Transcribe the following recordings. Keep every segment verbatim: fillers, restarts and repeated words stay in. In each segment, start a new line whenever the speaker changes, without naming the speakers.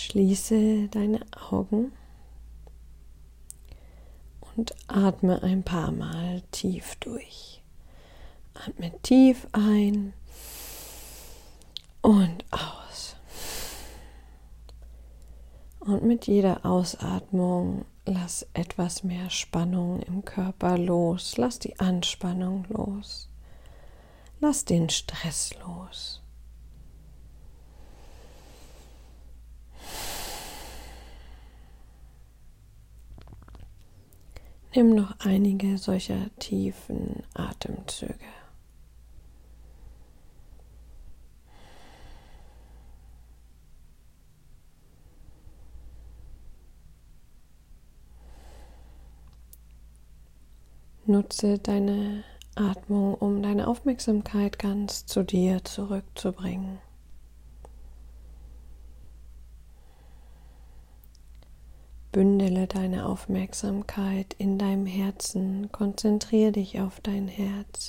Schließe deine Augen und atme ein paar Mal tief durch. Atme tief ein und aus. Und mit jeder Ausatmung lass etwas mehr Spannung im Körper los. Lass die Anspannung los. Lass den Stress los. Nimm noch einige solcher tiefen Atemzüge. Nutze deine Atmung, um deine Aufmerksamkeit ganz zu dir zurückzubringen. Bündele deine Aufmerksamkeit in deinem Herzen, konzentriere dich auf dein Herz.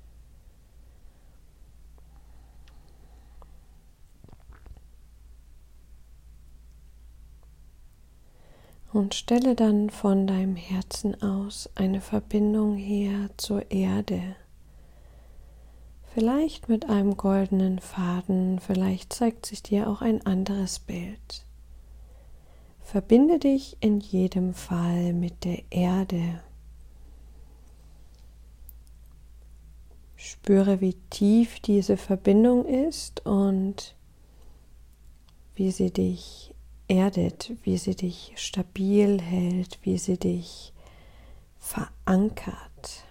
Und stelle dann von deinem Herzen aus eine Verbindung her zur Erde. Vielleicht mit einem goldenen Faden, vielleicht zeigt sich dir auch ein anderes Bild. Verbinde dich in jedem Fall mit der Erde. Spüre, wie tief diese Verbindung ist und wie sie dich erdet, wie sie dich stabil hält, wie sie dich verankert.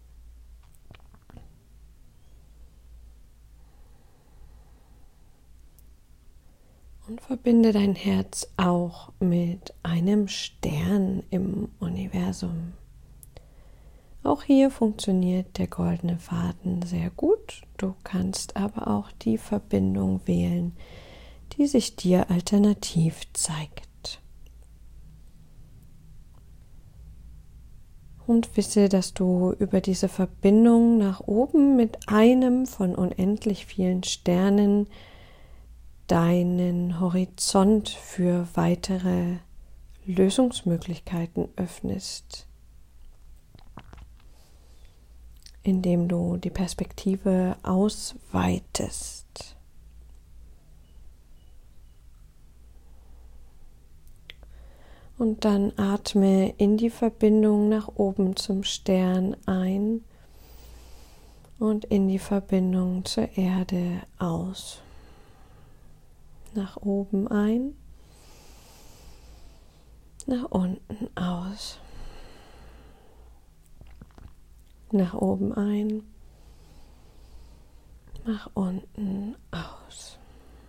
Und verbinde dein Herz auch mit einem Stern im Universum. Auch hier funktioniert der goldene Faden sehr gut. Du kannst aber auch die Verbindung wählen, die sich dir alternativ zeigt. Und wisse, dass du über diese Verbindung nach oben mit einem von unendlich vielen Sternen deinen Horizont für weitere Lösungsmöglichkeiten öffnest, indem du die Perspektive ausweitest. Und dann atme in die Verbindung nach oben zum Stern ein und in die Verbindung zur Erde aus. Nach oben ein, nach unten aus. Nach oben ein, nach unten aus.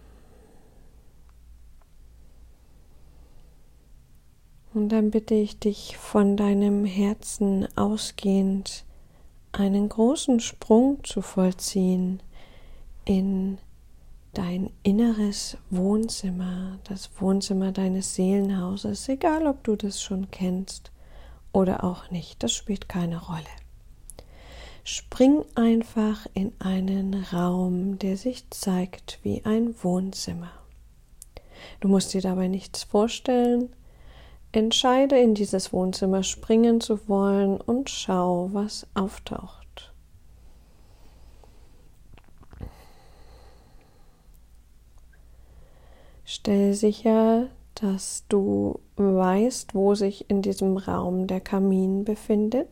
Und dann bitte ich dich, von deinem Herzen ausgehend einen großen Sprung zu vollziehen in dein inneres Wohnzimmer, das Wohnzimmer deines Seelenhauses, egal ob du das schon kennst oder auch nicht, das spielt keine Rolle. Spring einfach in einen Raum, der sich zeigt wie ein Wohnzimmer. Du musst dir dabei nichts vorstellen. Entscheide, in dieses Wohnzimmer springen zu wollen und schau, was auftaucht. Stell sicher, dass du weißt, wo sich in diesem Raum der Kamin befindet.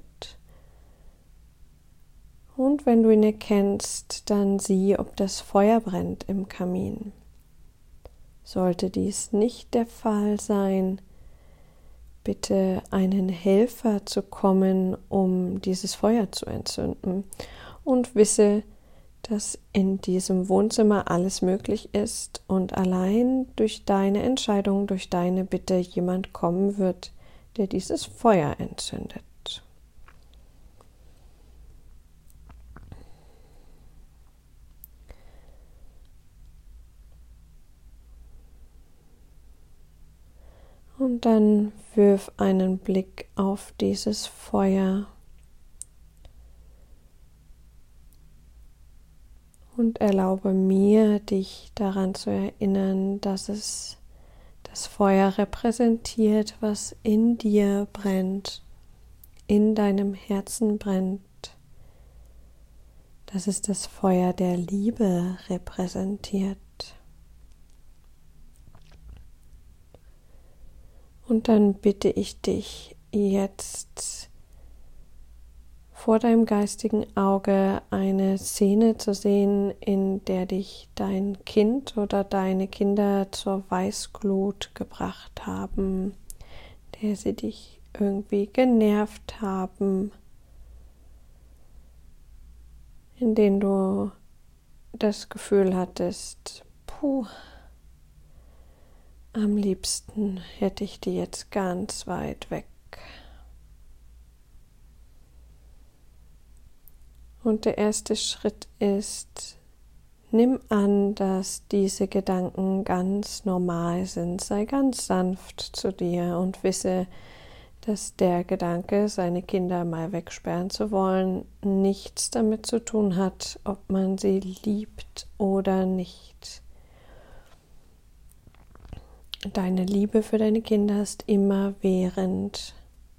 Und wenn du ihn erkennst, dann sieh, ob das Feuer brennt im Kamin. Sollte dies nicht der Fall sein, bitte einen Helfer zu kommen, um dieses Feuer zu entzünden. Und wisse, dass in diesem Wohnzimmer alles möglich ist und allein durch deine Entscheidung, durch deine Bitte jemand kommen wird, der dieses Feuer entzündet. Und dann wirf einen Blick auf dieses Feuer und erlaube mir, dich daran zu erinnern, dass es Das Feuer repräsentiert, was in dir brennt, in deinem Herzen brennt. Das ist das Feuer der Liebe repräsentiert. Und dann bitte ich dich jetzt vor deinem geistigen Auge eine Szene zu sehen, in der dich dein Kind oder deine Kinder zur Weißglut gebracht haben, der sie dich irgendwie genervt haben, in denen du das Gefühl hattest, puh, am liebsten hätte ich die jetzt ganz weit weg. Und der erste Schritt ist, nimm an, dass diese Gedanken ganz normal sind. Sei ganz sanft zu dir und wisse, dass der Gedanke, seine Kinder mal wegsperren zu wollen, nichts damit zu tun hat, ob man sie liebt oder nicht. Deine Liebe für deine Kinder ist immerwährend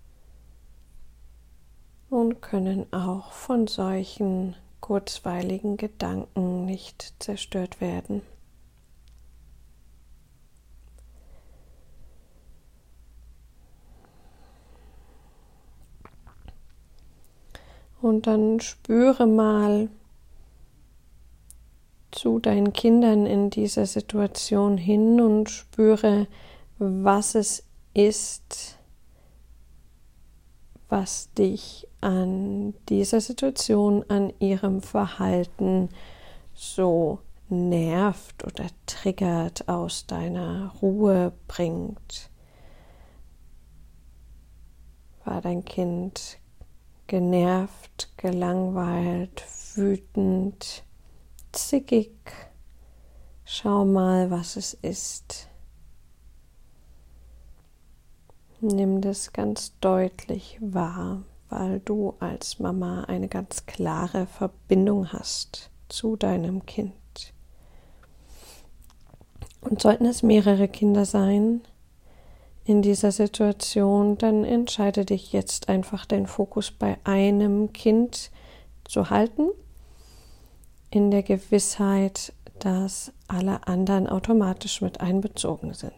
und können auch von solchen kurzweiligen Gedanken nicht zerstört werden. Und dann spüre mal zu deinen Kindern in dieser Situation hin und spüre, was es ist, was dich an dieser Situation, an ihrem Verhalten so nervt oder triggert, aus deiner Ruhe bringt. War dein Kind genervt, gelangweilt, wütend, zickig? Schau mal, was es ist. Nimm das ganz deutlich wahr, weil du als Mama eine ganz klare Verbindung hast zu deinem Kind. Und sollten es mehrere Kinder sein in dieser Situation, dann entscheide dich jetzt einfach, den Fokus bei einem Kind zu halten, in der Gewissheit, dass alle anderen automatisch mit einbezogen sind.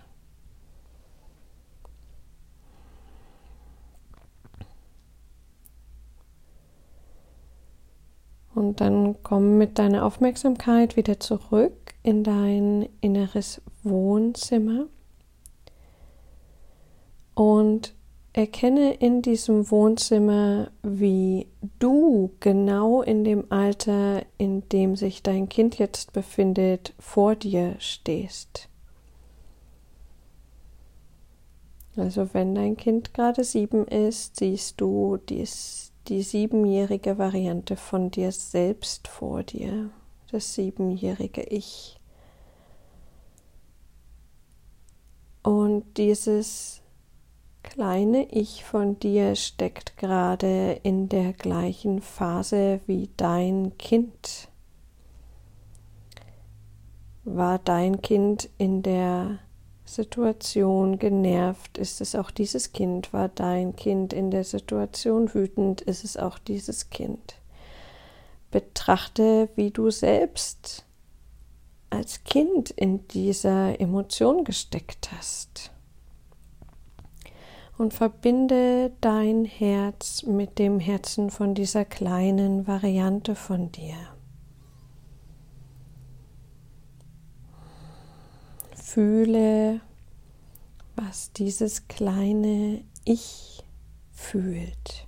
Und dann komm mit deiner Aufmerksamkeit wieder zurück in dein inneres Wohnzimmer und erkenne in diesem Wohnzimmer, wie du genau in dem Alter, in dem sich dein Kind jetzt befindet, vor dir stehst. Also wenn dein Kind gerade sieben ist, siehst du dies die siebenjährige Variante von dir selbst vor dir, das siebenjährige Ich. Und dieses kleine Ich von dir steckt gerade in der gleichen Phase wie dein Kind. War dein Kind in der Situation genervt, ist es auch dieses Kind. War dein Kind in der Situation wütend, ist es auch dieses Kind. Betrachte, wie du selbst als Kind in dieser Emotion gesteckt hast. Und verbinde dein Herz mit dem Herzen von dieser kleinen Variante von dir. Fühle, was dieses kleine Ich fühlt.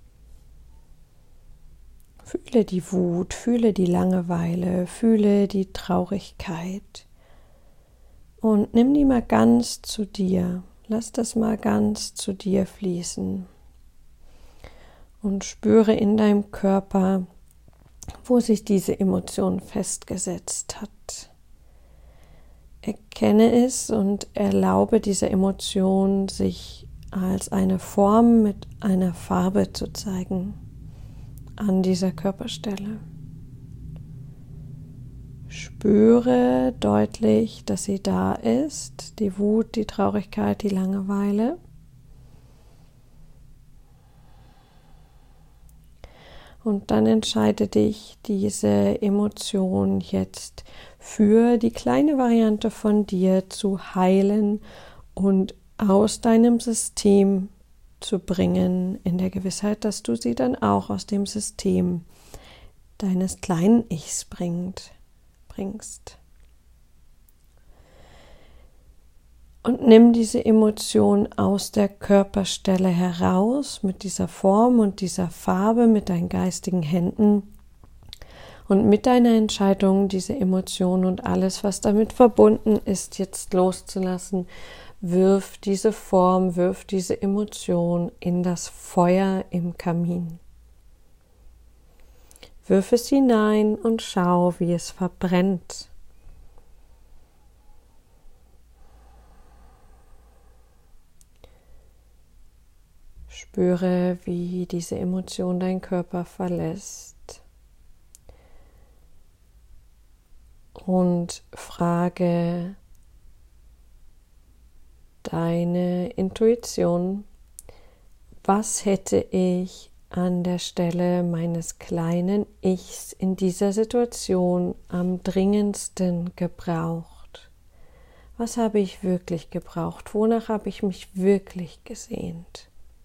Fühle die Wut, fühle die Langeweile, fühle die Traurigkeit und nimm die mal ganz zu dir. Lass das mal ganz zu dir fließen und spüre in deinem Körper, wo sich diese Emotion festgesetzt hat. Erkenne es und erlaube dieser Emotion, sich als eine Form mit einer Farbe zu zeigen an dieser Körperstelle. Spüre deutlich, dass sie da ist, die Wut, die Traurigkeit, die Langeweile. Und dann entscheide dich, diese Emotion jetzt für die kleine Variante von dir zu heilen und aus deinem System zu bringen, in der Gewissheit, dass du sie dann auch aus dem System deines kleinen Ichs bringt, bringst. Und nimm diese Emotion aus der Körperstelle heraus, mit dieser Form und dieser Farbe, mit deinen geistigen Händen und mit deiner Entscheidung, diese Emotion und alles, was damit verbunden ist, jetzt loszulassen. Wirf diese Form, wirf diese Emotion in das Feuer im Kamin. Wirf es hinein und schau, wie es verbrennt. Spüre, wie diese Emotion deinen Körper verlässt. Und frage deine Intuition, was hätte ich an der Stelle meines kleinen Ichs in dieser Situation am dringendsten gebraucht? Was habe ich wirklich gebraucht? Wonach habe ich mich wirklich gesehnt?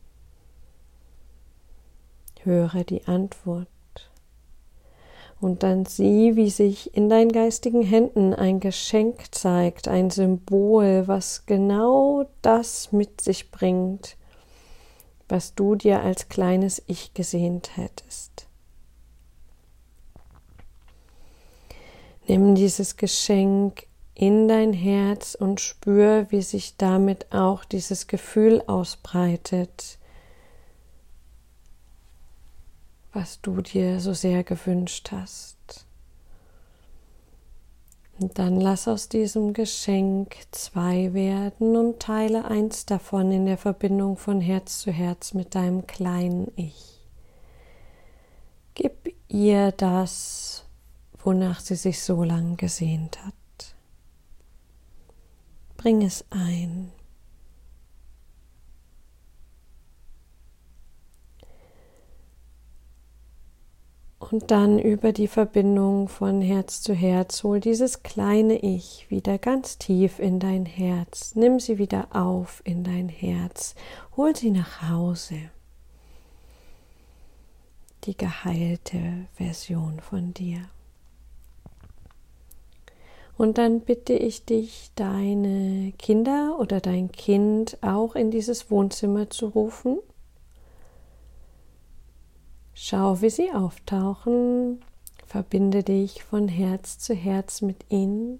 Höre die Antwort und dann sieh, wie sich in deinen geistigen Händen ein Geschenk zeigt, ein Symbol, was genau das mit sich bringt, was du dir als kleines Ich gesehnt hättest. Nimm dieses Geschenk in dein Herz und spür, wie sich damit auch dieses Gefühl ausbreitet, was du dir so sehr gewünscht hast. Und dann lass aus diesem Geschenk zwei werden und teile eins davon in der Verbindung von Herz zu Herz mit deinem kleinen Ich. Gib ihr das, wonach sie sich so lange gesehnt hat. Bring es ein. Und dann über die Verbindung von Herz zu Herz hol dieses kleine Ich wieder ganz tief in dein Herz. Nimm sie wieder auf in dein Herz. Hol sie nach Hause. Die geheilte Version von dir. Und dann bitte ich dich, deine Kinder oder dein Kind auch in dieses Wohnzimmer zu rufen. Schau, wie sie auftauchen, verbinde dich von Herz zu Herz mit ihnen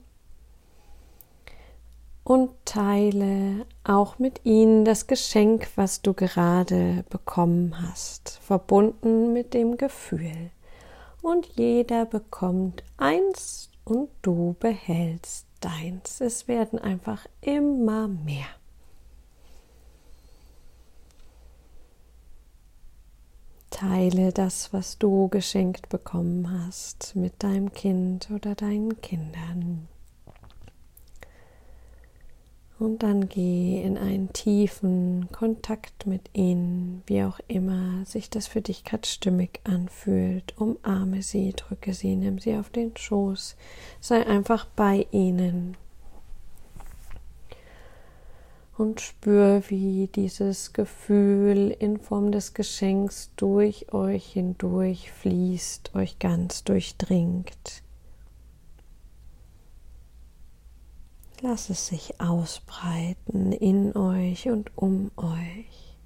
und teile auch mit ihnen das Geschenk, was du gerade bekommen hast, verbunden mit dem Gefühl. Und jeder bekommt eins und du behältst deins. Es werden einfach immer mehr. Teile das, was du geschenkt bekommen hast, mit deinem Kind oder deinen Kindern. Und dann geh in einen tiefen Kontakt mit ihnen, wie auch immer sich das für dich gerade stimmig anfühlt. Umarme sie, drücke sie, nimm sie auf den Schoß. Sei einfach bei ihnen. Und spür, wie dieses Gefühl in Form des Geschenks durch euch hindurch fließt, euch ganz durchdringt. Lass es sich ausbreiten in euch und um euch.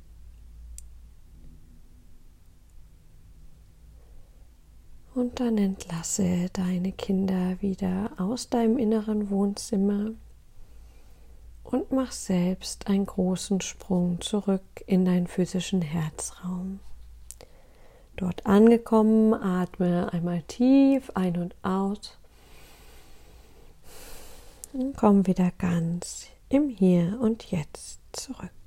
Und dann entlasse deine Kinder wieder aus deinem inneren Wohnzimmer. Und mach selbst einen großen Sprung zurück in deinen physischen Herzraum. Dort angekommen, atme einmal tief ein und aus. Und komm wieder ganz im Hier und Jetzt zurück.